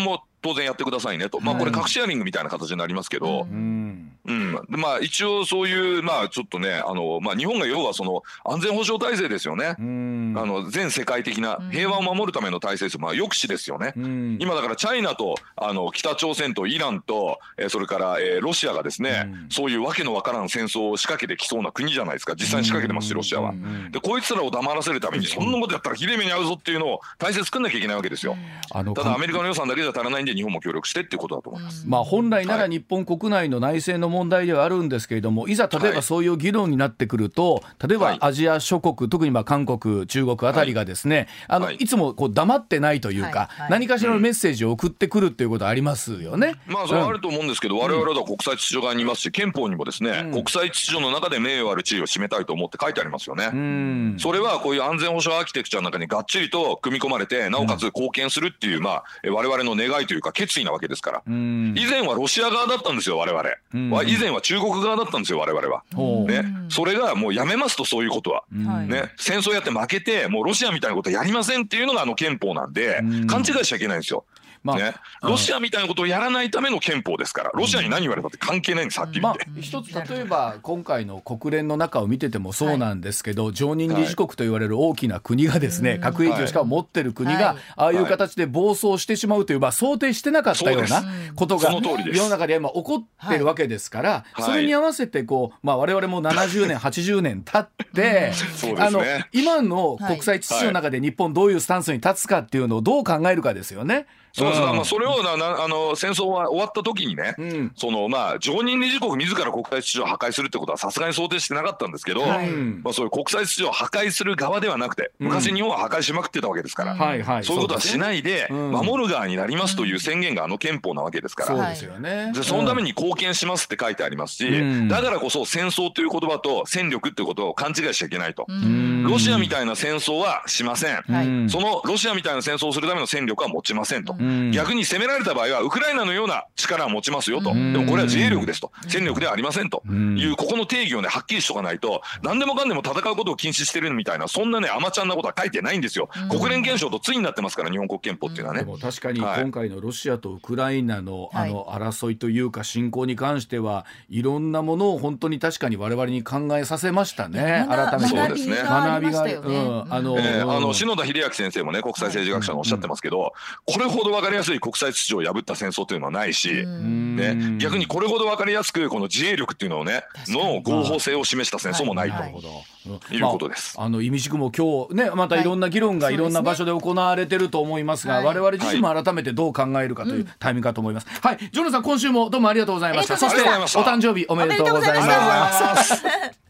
当然やってくださいねと、これ核シェアリングみたいな形になりますけど、一応そういうちょっとね日本が要はその安全保障体制ですよね。全世界的な平和を守るための体制です。抑止ですよね。今だからチャイナと北朝鮮とイランとそれからロシアがですね、そういうわけのわからん戦争を仕掛けてきそうな国じゃないですか。実際に仕掛けてますしロシアは。でこいつらを黙らせるためにそんなことやったらひでえ目に遭うぞっていうのを体制作んなきゃいけないわけですよ。ただアメリカの予算だけじゃ足らないんで日本も協力してっていうことだと思います。 本来なら日本国内の内政の問題ではあるんですけれども、いざ例えばそういう議論になってくると、例えばアジア諸国、特に韓国中国あたりがですね、いつもこう黙ってないというか、何かしらのメッセージを送ってくるっていうことありますよね。 それはあると思うんですけど、我々は国際秩序側にいますし、憲法にもですね、国際秩序の中で名誉ある地位を占めたいと思って書いてありますよね。それはこういう安全保障アーキテクチャの中にがっちりと組み込まれて、なおかつ貢献するっていう我々の願いというか決意なわけですから。以前はロシア側だったんですよ我々。以前は中国側だったんですよ我々は。それがもうやめますと、そういうことは。戦争やって負けてもうロシアみたいなことやりませんっていうのが憲法なんで、勘違いしちゃいけないんですよ。ロシアみたいなことをやらないための憲法ですから、ロシアに何言われたって関係ないんです、はっきり言って。 一つ例えば今回の国連の中を見ててもそうなんですけど、常任理事国と言われる大きな国がですね、核兵器をしかも持ってる国がああいう形で暴走してしまうという、想定してなかったようなことが世の中で今起こってるわけですから、それに合わせて我々も70年80年経って今の国際秩序の中で日本どういうスタンスに立つかっていうのをどう考えるかですよね。 そうです。それを戦争が終わった時にね、常任理事国自ら国際秩序を破壊するってことはさすがに想定してなかったんですけど、そういう国際秩序を破壊する側ではなくて、昔日本は破壊しまくってたわけですから、そういうことはしないで守る側になりますという宣言が憲法なわけですから、 そうですよね。 そのために貢献しますって書いてありますし、だからこそ戦争という言葉と戦力っていうことを勘違いしちゃいけないと。ロシアみたいな戦争はしません。そのロシアみたいな戦争をするための戦力は持ちませんと。逆に攻められた場合はウクライナのような力は持ちますよと。でもこれは自衛力ですと、戦力ではありませんというここの定義をねはっきりしとかないと、何でもかんでも戦うことを禁止してるみたいな、そんなね甘ちゃんなことは書いてないんですよ。国連憲章と対になってますから、日本国憲法っていうのはね。 でも確かに今回のロシアとウクライナの争いというか侵攻に関してはいろんなものを本当に確かに我々に考えさせましたね。改めてそうですね、 学びがありましたよね。 篠田秀明先生もね国際政治学者のおっしゃってますけど、これほど分かりやすい国際秩序を破った戦争というのはないし、逆にこれほど分かりやすくこの自衛力っていうのをねの合法性を示した戦争もないということです。 意味軸も今日ねまたいろんな議論がいろんな場所で行われてると思いますが、我々自身も改めてどう考えるかというタイミングかと思います。ジョナさん、今週もどうもありがとうございました。そしてお誕生日おめでとうございます。